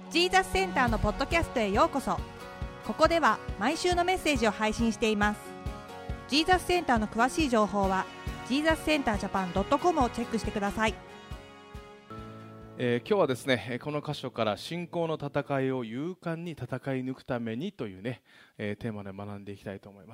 ジーザスセンターのポッドキャストへようこそ。ここでは毎週のメッセージを配信しています。ジーザスセンターの詳しい情報は jesuscenterjapan.com をチェックしてください。 今日はですね、この箇所から信仰の戦いを勇敢に戦い抜くためにというね、テーマで学んでいきたいと思います。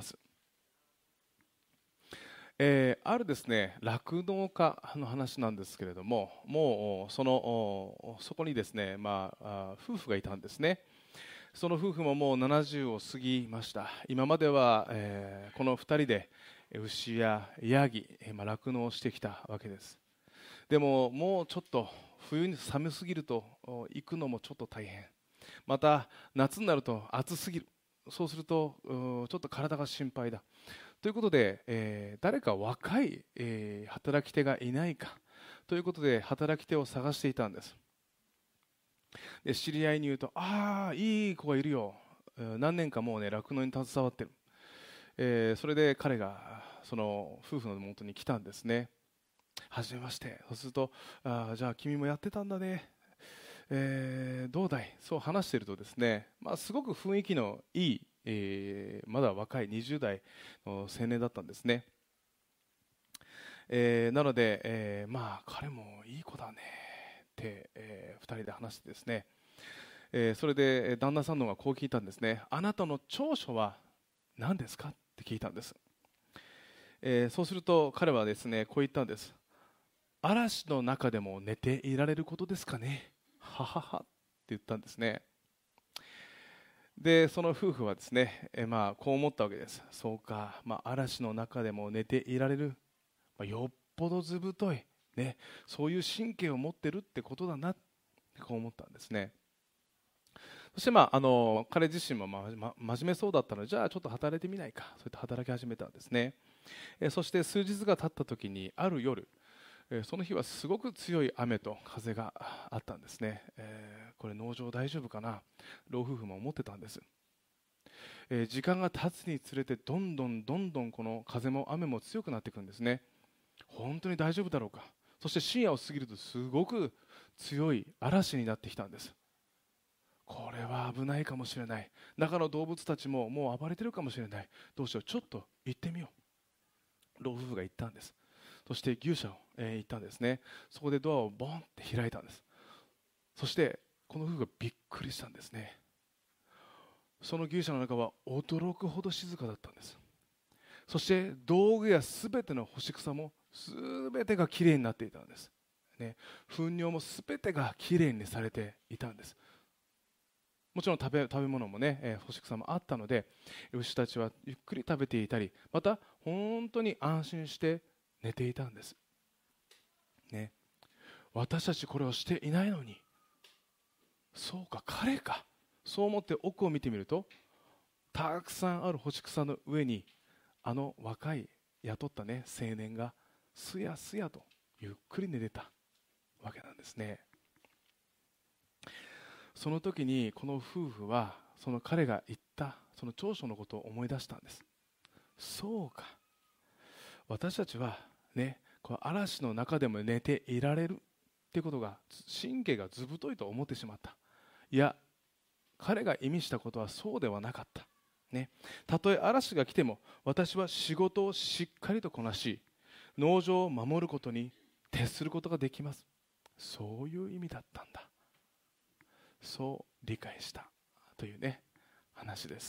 あるですね、酪農家の話なんですけれども、もうそこにですね、夫婦がいたんですね。その夫婦ももう70を過ぎました。今までは、この2人で牛やヤギ、酪農をしてきたわけです。でももうちょっと冬に寒すぎると行くのもちょっと大変、また夏になると暑すぎる、そうするとちょっと体が心配だということで、誰か若い、働き手がいないかということで働き手を探していたんです。で知り合いに言うと、いい子がいるよ、何年かもうね酪農に携わってる、それで彼がその夫婦のもとに来たんですね。はじめまして。そうすると、じゃあ君もやってたんだね、どうだい、そう話しているとですね、すごく雰囲気のいい、まだ若い20代の青年だったんですね。なので、彼もいい子だねって、2人で話してですね、それで旦那さんの方がこう聞いたんですね。あなたの長所は何ですかって聞いたんです。そうすると彼はですね、こう言ったんです。嵐の中でも寝ていられることですかね、はははって言ったんですね。でその夫婦はですね、こう思ったわけです。そうか、嵐の中でも寝ていられる、よっぽど図太い、ね、そういう神経を持ってるってことだなってこう思ったんですね。そして彼自身も真面目そうだったので、じゃあちょっと働いてみないか、そうやって働き始めたんですね。そして数日が経った時にある夜、その日はすごく強い雨と風があったんですね。これ農場大丈夫かな、老夫婦も思ってたんです。時間が経つにつれてどんどんこの風も雨も強くなっていくんですね。本当に大丈夫だろうか。そして深夜を過ぎるとすごく強い嵐になってきたんです。これは危ないかもしれない、中の動物たちももう暴れてるかもしれない、どうしよう、ちょっと行ってみよう、老夫婦が言ったんです。そして牛舎を、行ったんですね。そこでドアをボンって開いたんです。そしてこの夫婦がびっくりしたんですね。その牛舎の中は驚くほど静かだったんです。そして道具やすべての干し草もすべてがきれいになっていたんです、ね、糞尿もすべてがきれいにされていたんです。もちろん食べ物もね、干し草もあったので、牛たちはゆっくり食べていたり、また本当に安心して寝ていたんです、ね、私たちこれをしていないのに、そうか彼か、そう思って奥を見てみると、たくさんある干し草の上にあの若い雇ったね青年がすやすやとゆっくり寝てたわけなんですね。その時にこの夫婦はその彼が言ったその長所のことを思い出したんです。そうか、私たちはね、この嵐の中でも寝ていられるっていうことが、神経がずぶといと思ってしまった。いや、彼が意味したことはそうではなかった、ね、たとえ嵐が来ても私は仕事をしっかりとこなし、農場を守ることに徹することができます。そういう意味だったんだ、そう理解したというね話です。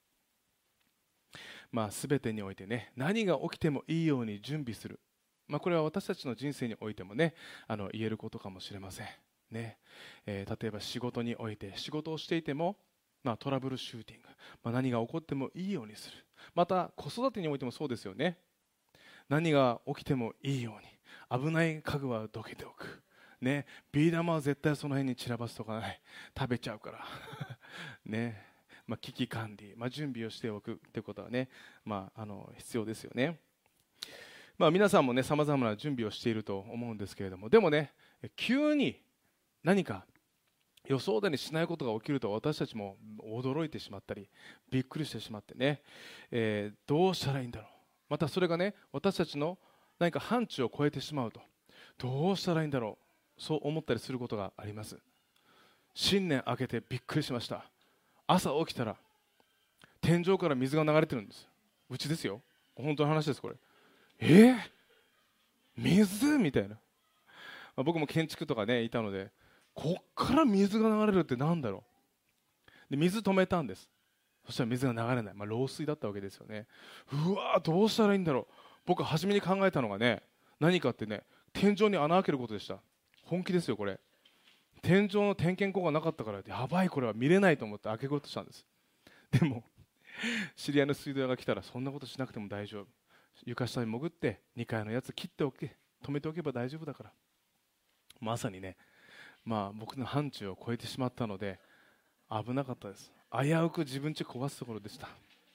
全てにおいてね、何が起きてもいいように準備する、これは私たちの人生においてもね言えることかもしれませんね。例えば仕事において、仕事をしていても、トラブルシューティング、何が起こってもいいようにする。また子育てにおいてもそうですよね。何が起きてもいいように、危ない家具はどけておく、ね、ビー玉は絶対その辺に散らばすとかない、食べちゃうからね、危機管理、準備をしておくってことはね、必要ですよね。皆さんもね、さまざまな準備をしていると思うんですけれども、でもね、急に何か予想だにしないことが起きると、私たちも驚いてしまったりびっくりしてしまってね、どうしたらいいんだろう、またそれがね私たちの何か範疇を超えてしまうと、どうしたらいいんだろう、そう思ったりすることがあります。 新年明けてびっくりしました。朝起きたら天井から水が流れてるんです。うちですよ、本当の話です。これ水みたいな、僕も建築とかねいたので、こっから水が流れるってなんだろう。で水止めたんです。そしたら水が流れない、漏水だったわけですよね。うわー、どうしたらいいんだろう。僕初めに考えたのがね、何かってね、天井に穴開けることでした。本気ですよこれ。天井の点検口がなかったから、やばいこれは見れないと思って開けようとしたんです。でも知り合いの水道屋が来たら、そんなことしなくても大丈夫、床下に潜って2階のやつ切っておけ、止めておけば大丈夫だから。まさにね、僕の範疇を超えてしまったので危なかったです。危うく自分家壊すところでした。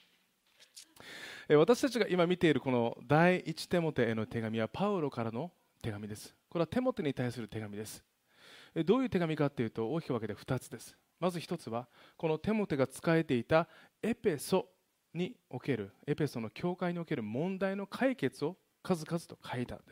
私たちが今見ているこの第一テモテへの手紙はパウロからの手紙です。これはテモテに対する手紙です。どういう手紙かというと、大きく分けて2つです。まず1つは、このテモテが仕えていたエペソの教会における問題の解決を数々と書いたんです。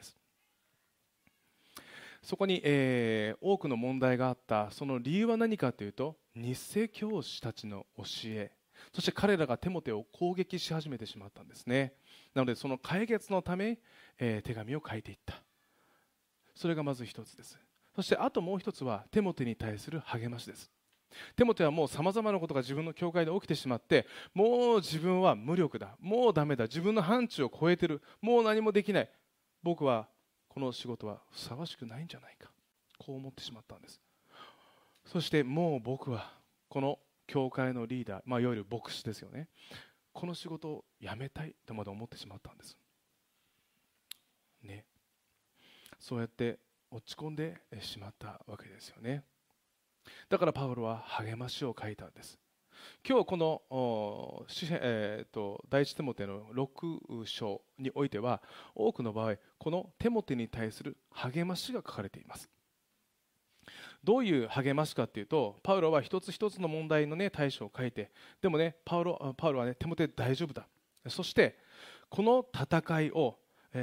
そこに、多くの問題があった。その理由は何かというと、偽教師たちの教え、そして彼らがテモテを攻撃し始めてしまったんですね。なのでその解決のため、手紙を書いていった。それがまず一つです。そしてあともう一つはテモテに対する励ましです。テモテはもうさまざまなことが自分の教会で起きてしまって、もう自分は無力だ、もうダメだ、自分の範疇を超えてる、もう何もできない、僕はこの仕事はふさわしくないんじゃないか、こう思ってしまったんです。そしてもう僕はこの教会のリーダー、いわゆる牧師ですよね、この仕事を辞めたいとまで思ってしまったんですね。そうやって落ち込んでしまったわけですよね。だからパウロは励ましを書いたんです。今日この第一テモテの6章においては、多くの場合このテモテに対する励ましが書かれています。どういう励ましかというと、パウロは一つ一つの問題の、対処を書いて、でもね、パウロはね、テモテ大丈夫だ、そしてこの戦いは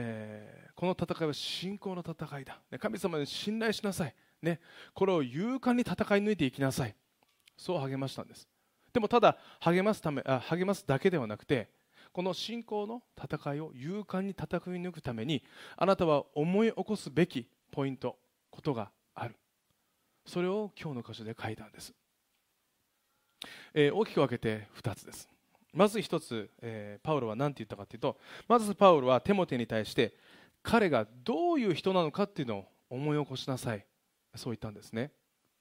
信仰の戦いだ、神様に信頼しなさい、これを勇敢に戦い抜いていきなさい、そう励ましたんです。でもただ励ますだけではなくて、この信仰の戦いを勇敢に戦い抜くために、あなたは思い起こすべきポイント、ことがある。それを今日の箇所で書いたんです。大きく分けて2つです。まず1つ、パウロは何て言ったかというと、まずパウロはテモテに対して彼がどういう人なのかっていうのを思い起こしなさい、そう言ったんですね。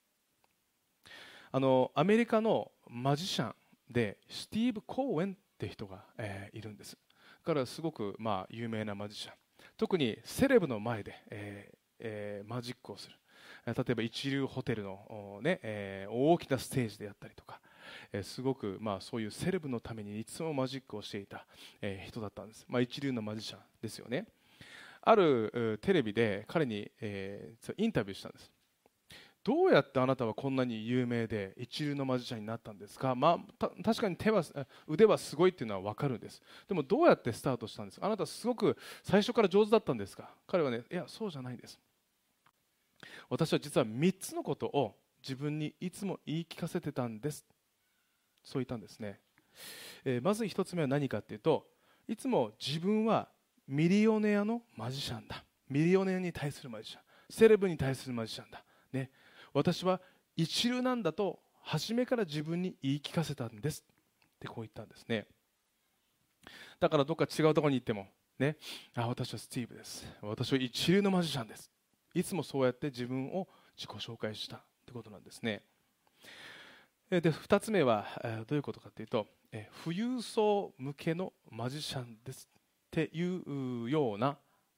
アメリカのマジシャンでスティーブ・コーエンって人が、いるんです。彼はすごく、有名なマジシャン、特にセレブの前で、マジックをする。例えば一流ホテルの、大きなステージでやったりとか、すごく、そういうセレブのためにいつもマジックをしていた、人だったんです。一流のマジシャンですよね。あるテレビで彼に、インタビューしたんです。どうやってあなたはこんなに有名で一流のマジシャンになったんですか。確かに腕はすごいっていうのは分かるんです。でもどうやってスタートしたんですか。あなたすごく最初から上手だったんですか。彼はね、いやそうじゃないんです。私は実は3つのことを自分にいつも言い聞かせてたんです、そう言ったんですね。まず1つ目は何かっていうと、いつも自分はミリオネアのマジシャンだ、ミリオネアに対するマジシャン、セレブに対するマジシャンだ、私は一流なんだと初めから自分に言い聞かせたんですってこう言ったんですね。だからどっか違うところに行っても私はスティーブです、私は一流のマジシャンです、いつもそうやって自分を自己紹介したってことなんですね。で2つ目はどういうことかというと、富裕層向けのマジシャンですっていうような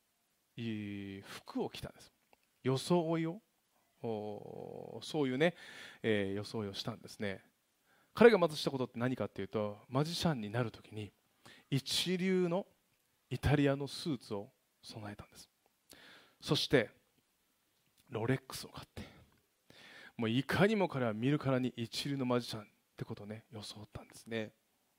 服を着たんです。装いをそういう装いをしたんですね。彼がまずしたことって何かというと、マジシャンになるときに一流のイタリアのスーツを備えたんです。そしてロレックスを買って、もういかにも彼は見るからに一流のマジシャンってことを装ったんですね。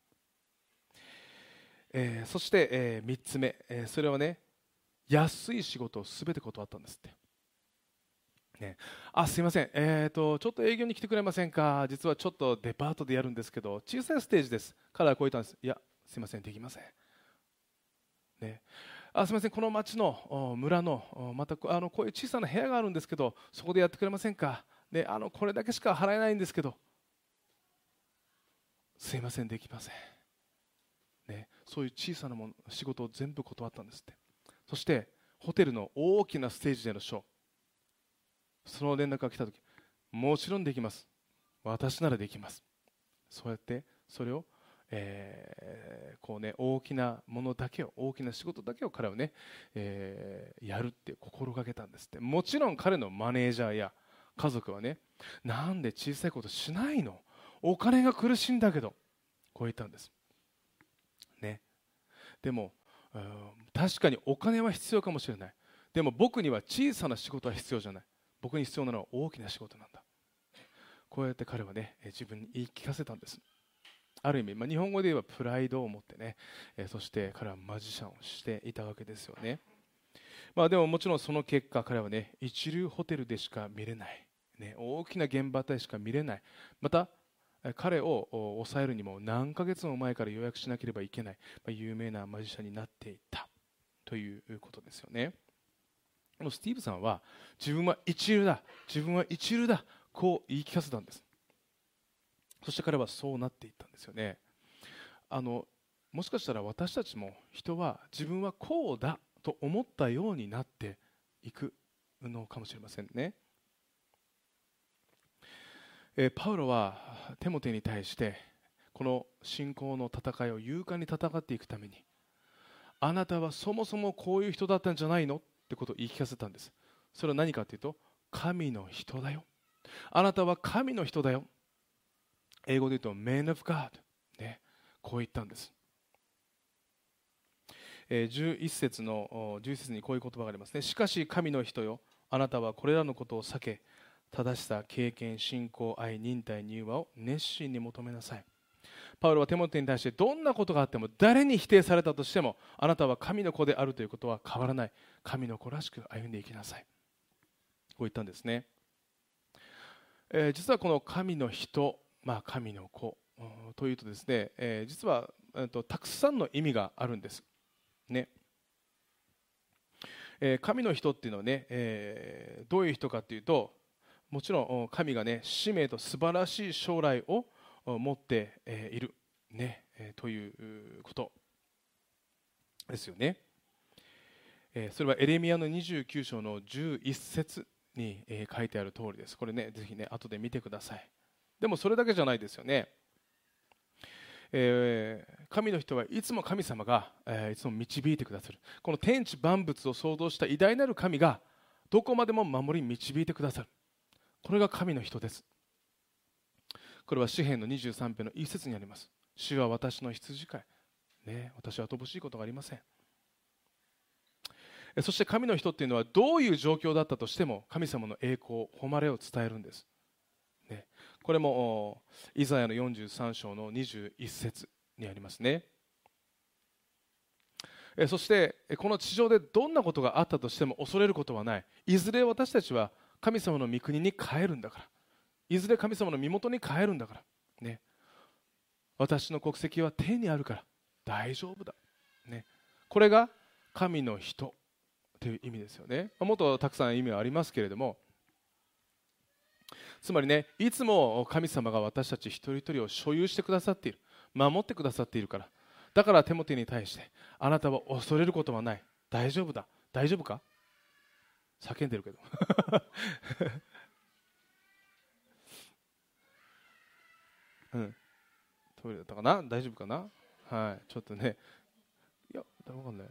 そして、3つ目、それは安い仕事を全て断ったんですって。 ね、すいません、ちょっと営業に来てくれませんか、実はちょっとデパートでやるんですけど、小さいステージです。彼はこう言ったんです。いや、すいません、できません。ね、すみません、この町の村のまたこういう小さな部屋があるんですけど、そこでやってくれませんか、ね、これだけしか払えないんですけど、すいません、できません、ね、そういう小さな仕事を全部断ったんですって。そしてホテルの大きなステージでのショー、その連絡が来たとき、もちろんできます、私ならできます、そうやってそれをこうね、大きなものだけを、大きな仕事だけを彼はね、やるって心がけたんですって。もちろん彼のマネージャーや家族はね、なんで小さいことしないの、お金が苦しいんだけど、こう言ったんです、ね、でも確かにお金は必要かもしれない。でも僕には小さな仕事は必要じゃない。僕に必要なのは大きな仕事なんだ。こうやって彼はね、自分に言い聞かせたんです。ある意味、日本語で言えばプライドを持ってね、そして彼はマジシャンをしていたわけですよね。でももちろんその結果、彼はね、一流ホテルでしか見れない、ね、大きな現場でしか見れない。また彼を抑えるにも何ヶ月も前から予約しなければいけない、有名なマジシャンになっていたということですよね。スティーブさんは自分は一流だ、自分は一流だ、こう言い聞かせたんです。そして彼はそうなっていったんですよね。もしかしたら私たちも人は自分はこうだと思ったようになっていくのかもしれませんね。パウロはテモテに対してこの信仰の戦いを勇敢に戦っていくために、あなたはそもそもこういう人だったんじゃないのってことを言い聞かせたんです。それは何かというと、神の人だよ、あなたは神の人だよ。英語で言うと Man of God、ね、こう言ったんです。11節にこういう言葉がありますね。しかし神の人よ、あなたはこれらのことを避け、正しさ、経験、信仰、愛、忍耐、柔和を熱心に求めなさい。パウロはテモテに対してどんなことがあっても、誰に否定されたとしても、あなたは神の子であるということは変わらない、神の子らしく歩んでいきなさい、こう言ったんですね。実はこの神の人、神の子というとですね、実はたくさんの意味があるんですね。神の人っていうのはね、どういう人かというと、もちろん神がね、使命と素晴らしい将来を持っている、ね、ということですよね。それはエレミヤの29章の11節に書いてある通りです。これね、ぜひね、後で見てください。でもそれだけじゃないですよね。神の人はいつも神様が、いつも導いてくださる。この天地万物を創造した偉大なる神がどこまでも守り導いてくださる。これが神の人です。これは詩編の23編の一節にあります。主は私の羊飼い、ね、私は乏しいことがありません。そして神の人っていうのはどういう状況だったとしても神様の栄光、誉れを伝えるんです。これもイザヤの43章の21節にありますね。そしてこの地上でどんなことがあったとしても恐れることはない。いずれ私たちは神様の御国に帰るんだから、いずれ神様の身元に帰るんだから、ね、私の国籍は天にあるから大丈夫だ、ね、これが神の人という意味ですよね。もっとたくさん意味はありますけれども、つまりね、いつも神様が私たち一人一人を所有してくださっている、守ってくださっているから、だからテモテに対して、あなたは恐れることはない、大丈夫だ、大丈夫か、叫んでるけどトイレだったかな、大丈夫かな、はい、ちょっとね、いや、分かんない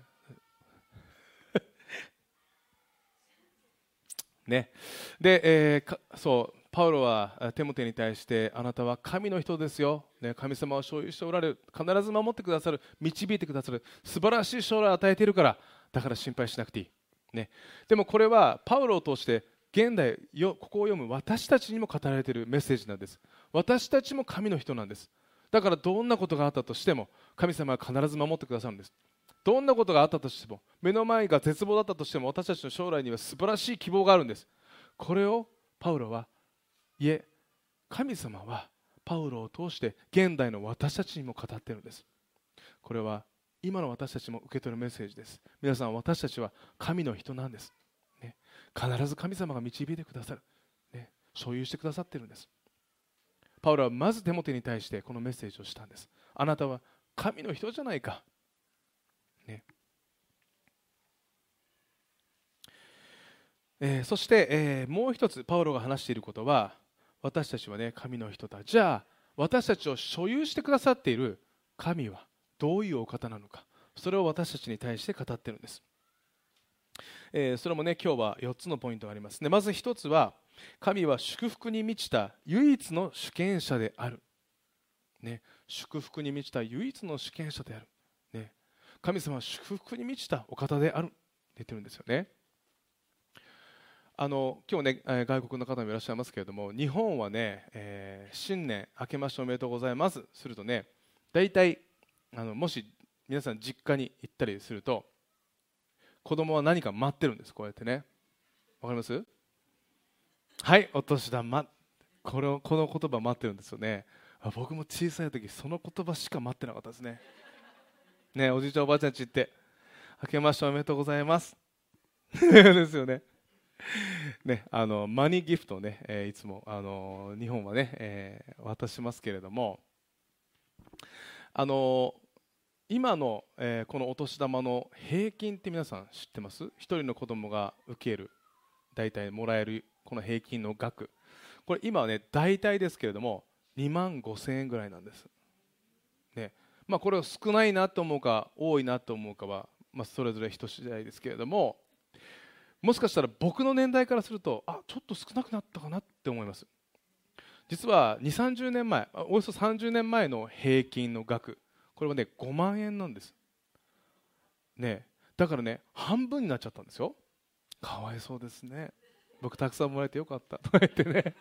ね、で、そうパウロはテモテに対して、あなたは神の人ですよ、ね、神様を所有しておられる、必ず守ってくださる、導いてくださる、素晴らしい将来を与えているから、だから心配しなくていい、ね、でもこれはパウロを通して現代ここを読む私たちにも語られているメッセージなんです。私たちも神の人なんです。だからどんなことがあったとしても神様は必ず守ってくださるんです。どんなことがあったとしても、目の前が絶望だったとしても、私たちの将来には素晴らしい希望があるんです。 これをパウロはいえ、神様はパウロを通して現代の私たちにも語っているんです。これは今の私たちも受け取るメッセージです。皆さん、私たちは神の人なんです、ね、必ず神様が導いてくださる、ね、所有してくださっているんです。パウロはまずテモテに対してこのメッセージをしたんです。あなたは神の人じゃないか、ね。そして、もう一つパウロが話していることは、私たちはね、神の人だ。じゃあ私たちを所有してくださっている神はどういうお方なのか、それを私たちに対して語っているんです。それもね、今日は4つのポイントがありますね。まず1つは、神は祝福に満ちた唯一の主権者である、ね、祝福に満ちた唯一の主権者である、ね、神様は祝福に満ちたお方であるって言ってるんですよね。今日ね、外国の方もいらっしゃいますけれども、日本はね、新年明けましておめでとうございますするとね、大体もし皆さん実家に行ったりすると、子供は何か待ってるんです。こうやってね、わかります？はい、お年玉、この言葉待ってるんですよね。僕も小さい時その言葉しか待ってなかったですね。ね、おじいちゃんおばあちゃんち行って明けましておめでとうございますですよね。ね、マニーギフトをね、いつも日本はね、渡しますけれども、今の、このお年玉の平均って皆さん知ってます？一人の子供が受ける、大体もらえるこの平均の額、これ今はね、大体ですけれども2万5,000円ぐらいなんです、ね。これを少ないなと思うか多いなと思うかは、それぞれ人次第ですけれども、もしかしたら僕の年代からすると、ちょっと少なくなったかなって思います。実は2、30年前、およそ30年前の平均の額、これはね5万円なんです、ね。だからね、半分になっちゃったんですよ。かわいそうですね。僕たくさんもらえてよかったと言ってね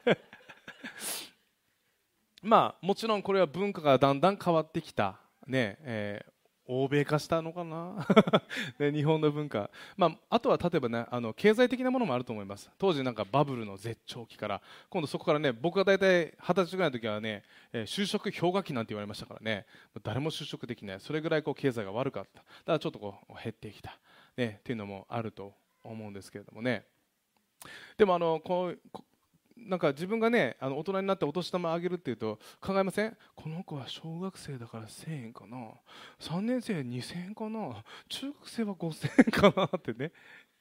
もちろんこれは文化がだんだん変わってきた、ね、欧米化したのかなね、日本の文化、あとは例えばね、経済的なものもあると思います。当時なんかバブルの絶頂期から、今度そこからね、僕が大体20歳ぐらいの時はね、就職氷河期なんて言われましたからね、誰も就職できない、それぐらいこう経済が悪かった。だからちょっとこう減ってきた、ね、っていうのもあると思うんですけれどもね。でもなんか自分がね、大人になってお年玉あげるっていうと考えません？この子は小学生だから1000円かな、3年生は2000円かな、中学生は5000円かなってね。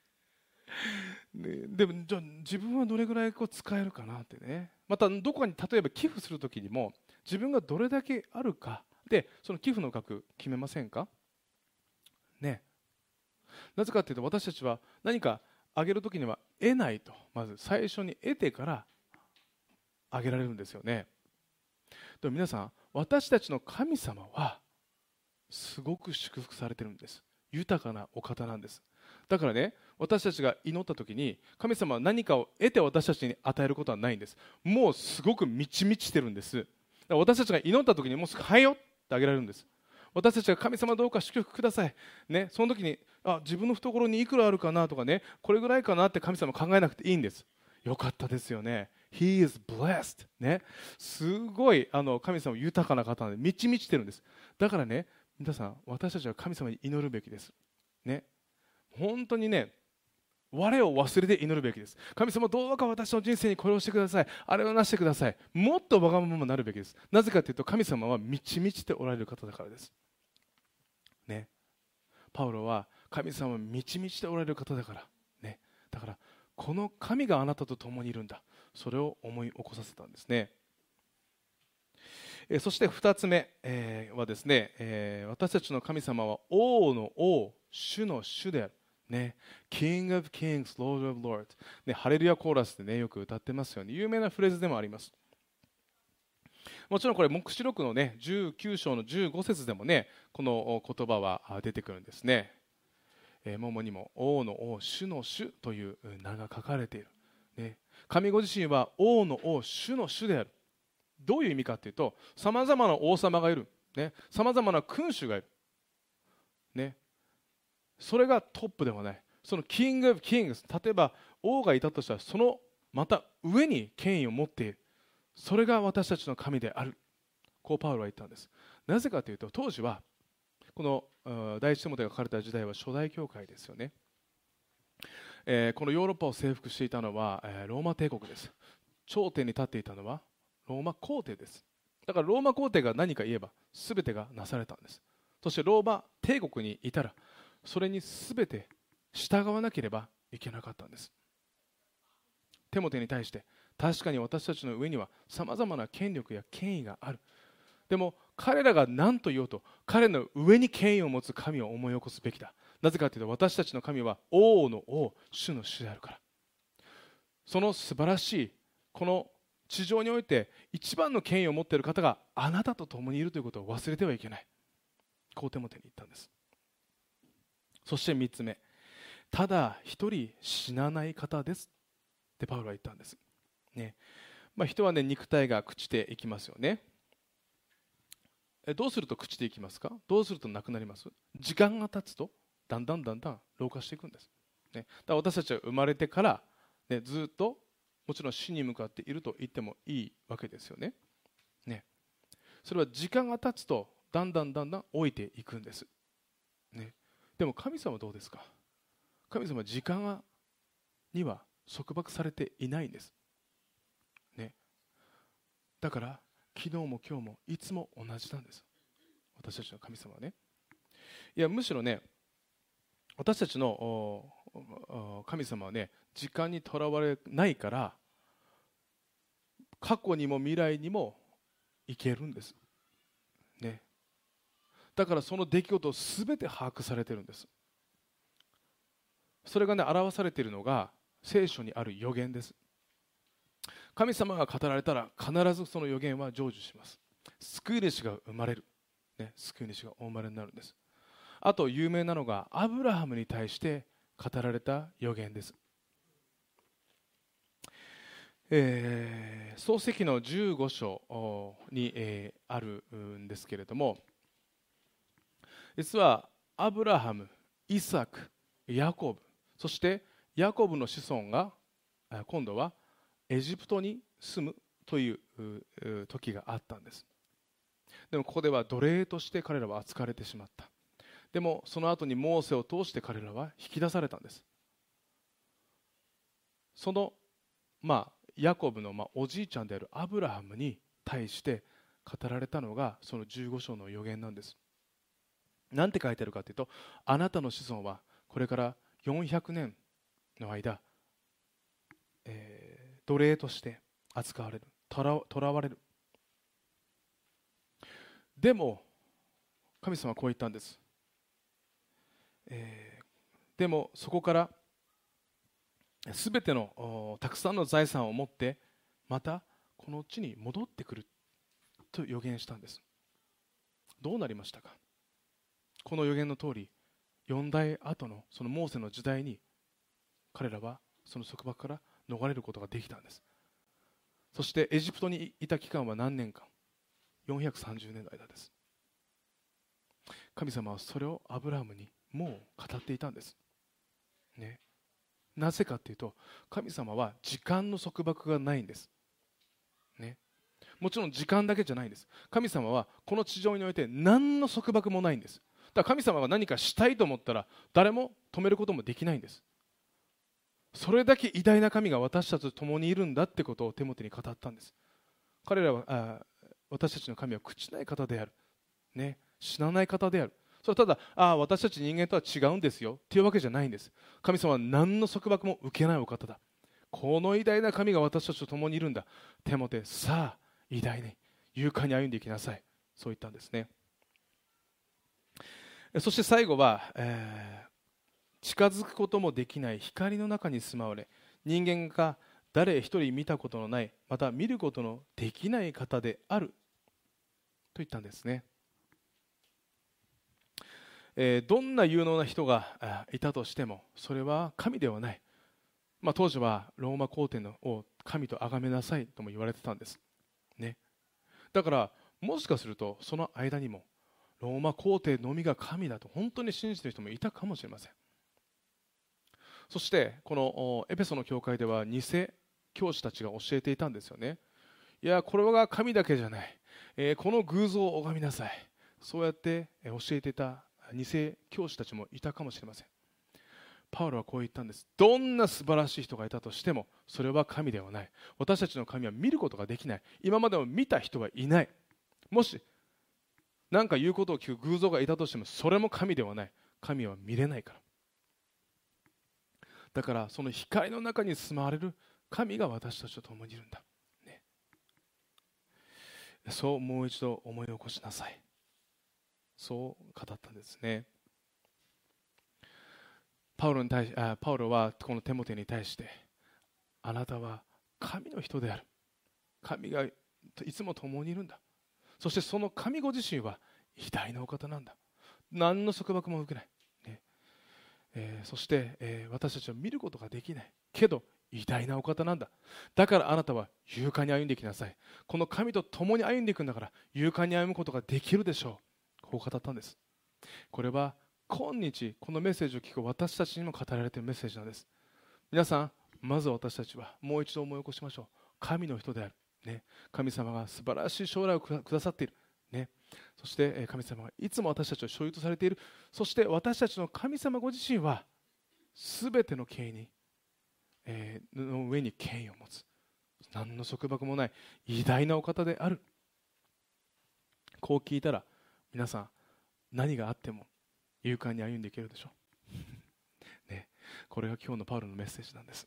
でもじゃあ自分はどれぐらいこう使えるかなってね。またどこかに例えば寄付するときにも、自分がどれだけあるかでその寄付の額決めませんかね。なぜかというと、私たちは何かあげるときには得ないと、まず最初に得てからあげられるんですよね。でも皆さん、私たちの神様はすごく祝福されてるんです。豊かなお方なんです。だからね、私たちが祈ったときに神様は何かを得て私たちに与えることはないんです。もうすごく満ち満ちてるんです。だから私たちが祈ったときにもうすぐはいよってあげられるんです。私たちが神様どうか祝福ください、ね、その時に自分の懐にいくらあるかなとかね、これぐらいかなって神様考えなくていいんです。よかったですよね。He is blessed、ね、すごい神様豊かな方なので満ち満ちてるんです。だからね、皆さん、私たちは神様に祈るべきです、ね、本当にね、我を忘れて祈るべきです。神様どうか私の人生にこれをしてください、あれをなしてください。もっとわがままになるべきです。なぜかというと、神様は満ち満ちておられる方だからです、ね。パウロは神様は満ち満ちておられる方だから、ね、だからこの神があなたと共にいるんだ、それを思い起こさせたんですね。そして2つ目、はですね、私たちの神様は王の王、主の主である、ね、King of Kings, Lord of Lords、ね、ハレルヤコーラスで、ね、よく歌ってますよね。有名なフレーズでもあります。もちろんこれ黙示録の、ね、19章の15節でもね、この言葉は出てくるんですね。桃にも王の王、主の主という名が書かれている、ね、神ご自身は王の王、主の主である。どういう意味かというと、さまざまな王様がいる、さまざまな君主がいる、ね、それがトップではない。そのキングオブキングス、例えば王がいたとしたら、そのまた上に権威を持っている、それが私たちの神である、こうパウロは言ったんです。なぜかというと、当時はこの第一テモテが書かれた時代は初代教会ですよね。このヨーロッパを征服していたのはローマ帝国です。頂点に立っていたのはローマ皇帝です。だからローマ皇帝が何か言えば全てがなされたんです。そしてローマ帝国にいたらそれに全て従わなければいけなかったんです。テモテに対して、確かに私たちの上にはさまざまな権力や権威がある。でも彼らが何と言おうと、彼の上に権威を持つ神を思い起こすべきだ。なぜかというと、私たちの神は王の王、主の主であるから。その素晴らしいこの地上において一番の権威を持っている方があなたと共にいるということを忘れてはいけない、こうテモテに言ったんです。そして3つ目、ただ一人死なない方ですってパウロは言ったんです、ね。人はね、肉体が朽ちていきますよね。どうすると朽ちていきますか？どうするとなくなります？時間が経つとだんだん老化していくんです、ね。だから私たちは生まれてから、ね、ずっともちろん死に向かっていると言ってもいいわけですよね。それは時間が経つとだんだん老いていくんです、ね。でも神様はどうですか？神様は時間には束縛されていないんです、ね。だから昨日も今日もいつも同じなんです、私たちの神様はね。いや、むしろね、私たちの神様はね、時間にとらわれないから過去にも未来にも行けるんです、ね。だからその出来事を全て把握されているんです。それがね、表されているのが聖書にある預言です。神様が語られたら必ずその預言は成就します。救い主が生まれる、ね、救い主がお生まれになるんです。あと有名なのがアブラハムに対して語られた預言です。創世記の15章に、あるんですけれども、実はアブラハム、イサク、ヤコブ、そしてヤコブの子孫が今度はエジプトに住むという時があったんです。でもここでは奴隷として彼らは扱われてしまった。でもその後にモーセを通して彼らは引き出されたんです。そのヤコブのおじいちゃんであるアブラハムに対して語られたのがその15章の預言なんです。なんて書いてあるかというと、あなたの子孫はこれから400年の間、奴隷として扱われる、囚われる。でも神様はこう言ったんです。でもそこからすべてのたくさんの財産を持ってまたこの地に戻ってくると予言したんです。どうなりましたか？この予言の通り、4代後のそのモーセの時代に彼らはその束縛から逃れることができたんです。そしてエジプトにいた期間は何年間？430年の間です。神様はそれをアブラハムにもう語っていたんです、ね。なぜかというと、神様は時間の束縛がないんです、ね。もちろん時間だけじゃないんです。神様はこの地上において何の束縛もないんです。だから神様が何かしたいと思ったら誰も止めることもできないんです。それだけ偉大な神が私たちと共にいるんだってことをテモテに語ったんです。彼らは私たちの神は朽ちない方である、ね、死なない方である。それはただ私たち人間とは違うんですよっていうわけじゃないんです。神様は何の束縛も受けないお方だ。この偉大な神が私たちと共にいるんだ。テモテ、さあ偉大に勇敢に歩んでいきなさい、そう言ったんですね。そして最後は、近づくこともできない光の中に住まわれ、人間が誰一人見たことのない、また見ることのできない方であると言ったんですね。どんな有能な人がいたとしてもそれは神ではない、当時はローマ皇帝を神と崇めなさいとも言われてたんです、ね。だからもしかするとその間にもローマ皇帝のみが神だと本当に信じている人もいたかもしれません。 そしてこのエペソの教会では偽教師たちが教えていたんですよね。いや、これが神だけじゃない、この偶像を拝みなさい、そうやって教えていた偽教師たちもいたかもしれません。パウロはこう言ったんです。どんな素晴らしい人がいたとしてもそれは神ではない。私たちの神は見ることができない。今までも見た人はいない。もし何か言うことを聞く偶像がいたとしてもそれも神ではない。神は見れないから。だからその光の中に住まわれる神が私たちと共にいるんだ、ね、そうもう一度思い起こしなさい。そう語ったんですね。パウロはこのテモテに対して、あなたは神の人である。神がいつも共にいるんだ。そしてその神ご自身は偉大なお方なんだ。何の束縛も受けない、ね。そして、私たちは見ることができないけど偉大なお方なんだ。だからあなたは勇敢に歩んでいきなさい。この神と共に歩んでいくんだから勇敢に歩むことができるでしょう。こう語ったんです。これは今日このメッセージを聞く私たちにも語られているメッセージなんです。皆さん、まず私たちはもう一度思い起こしましょう。神の人である、ね、神様が素晴らしい将来をくださっている、ね、そして神様がいつも私たちを所有とされている。そして私たちの神様ご自身はすべての権威に、の上に権威を持つ、何の束縛もない偉大なお方である。こう聞いたら皆さん、何があっても勇敢に歩んでいけるでしょう、ね、これが今日のパウロのメッセージなんです。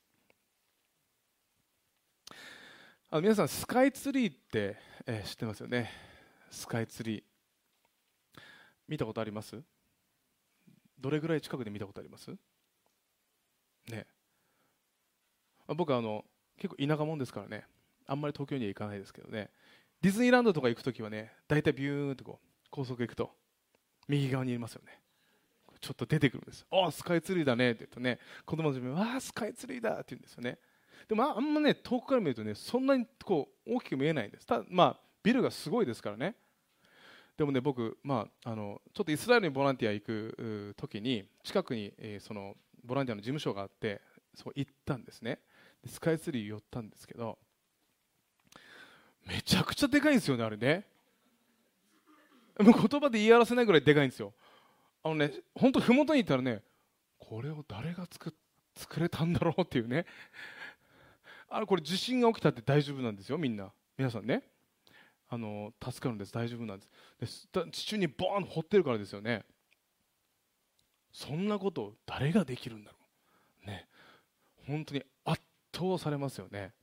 皆さん、スカイツリーって、知ってますよね。スカイツリー見たことあります？どれぐらい近くで見たことあります？ね、僕は結構田舎者ですからね、あんまり東京には行かないですけどね、ディズニーランドとか行くときはね、だいたいビューンと高速行くと右側にいますよね。ちょっと出てくるんです。スカイツリーだねって言うとね、子供たちもわあスカイツリーだって言うんですよね。でもあんまね、遠くから見るとね、そんなに大きく見えないんです。ビルがすごいですからね。でもね、僕、ちょっとイスラエルにボランティア行く時に近くに、そのボランティアの事務所があって、そこ行ったんですね。でスカイツリー寄ったんですけど、めちゃくちゃでかいんですよね、あれね。もう言葉で言い表せないぐらいでかいんですよ。本当麓に行ったらね、これを誰が作れたんだろうっていうね。これ地震が起きたって大丈夫なんですよ、皆さんね。助かるんです、大丈夫なんです。地中にボーンと掘ってるからですよね。そんなことを誰ができるんだろうね。本当に圧倒されますよね。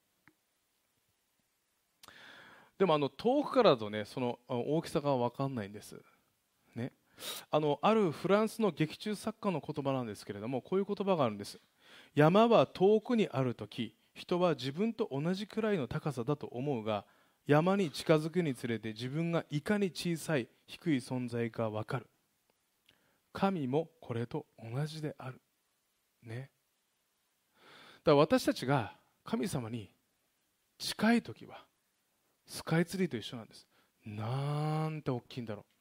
でも遠くからだとね、その大きさが分かんないんですね。あるフランスの劇中作家の言葉なんですけれども、こういう言葉があるんです。山は遠くにあるとき、人は自分と同じくらいの高さだと思うが、山に近づくにつれて自分がいかに小さい低い存在か分かる。神もこれと同じである、ね。だから私たちが神様に近いときはスカイツリーと一緒なんです。なんて大きいんだろう。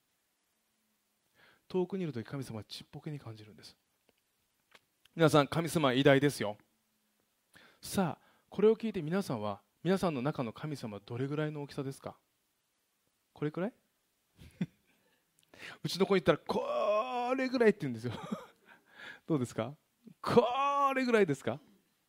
遠くにいるとき神様はちっぽけに感じるんです。皆さん、神様は偉大ですよ。さあ、これを聞いて皆さんの中の神様はどれぐらいの大きさですか？これくらいうちの子に言ったらこれぐらいって言うんですよどうですか？これぐらいですか？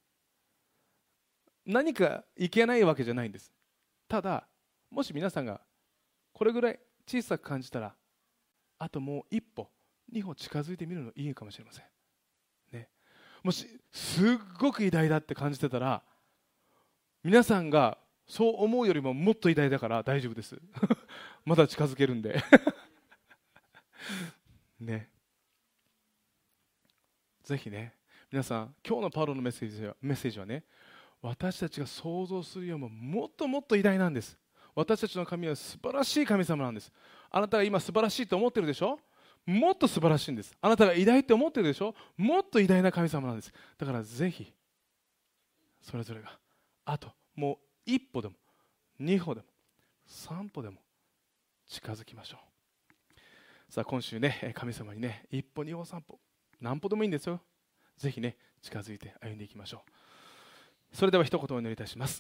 何かいけないわけじゃないんです。ただ、もし皆さんがこれぐらい小さく感じたら、あともう一歩二歩近づいてみるのいいかもしれません、ね。もしすっごく偉大だって感じてたら、皆さんがそう思うよりももっと偉大だから大丈夫ですまだ近づけるんでね。ぜひね、皆さん、今日のパウロのメッセージはね、私たちが想像するよりももっともっと偉大なんです。私たちの神は素晴らしい神様なんです。あなたが今素晴らしいと思ってるでしょ？もっと素晴らしいんです。あなたが偉大って思ってるでしょ？もっと偉大な神様なんです。だからぜひそれぞれがあともう一歩でも二歩でも三歩でも近づきましょう。さあ今週ね、神様にね、一歩二歩三歩何歩でもいいんですよ。 ぜひね、近づいて歩んでいきましょう。それでは一言お祈りいたします。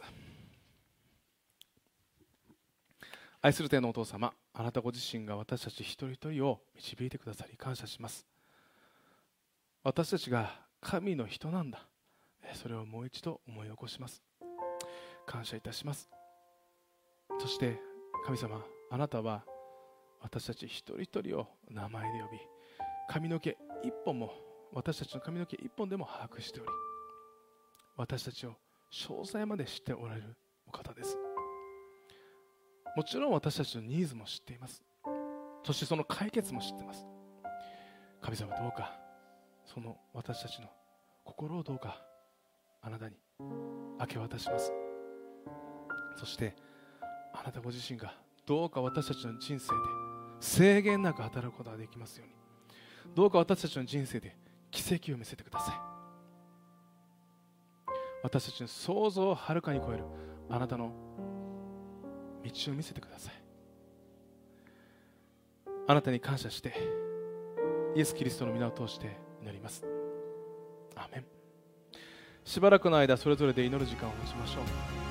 愛する天のお父様、あなたご自身が私たち一人一人を導いてくださり感謝します。私たちが神の人なんだ、それをもう一度思い起こします。感謝いたします。そして神様、あなたは私たち一人一人を名前で呼び、髪の毛一本も、私たちの髪の毛一本でも把握しており、私たちを詳細まで知っておられるお方です。もちろん私たちのニーズも知っています。そしてその解決も知っています。神様、どうかその私たちの心をどうかあなたに明け渡します。そしてあなたご自身がどうか私たちの人生で制限なく働くことができますように、どうか私たちの人生で奇跡を見せてください。私たちの想像をはるかに超えるあなたの道を見せてください。あなたに感謝してイエス・キリストの皆を通して祈ります。アーメン。しばらくの間それぞれで祈る時間を持ちましょう。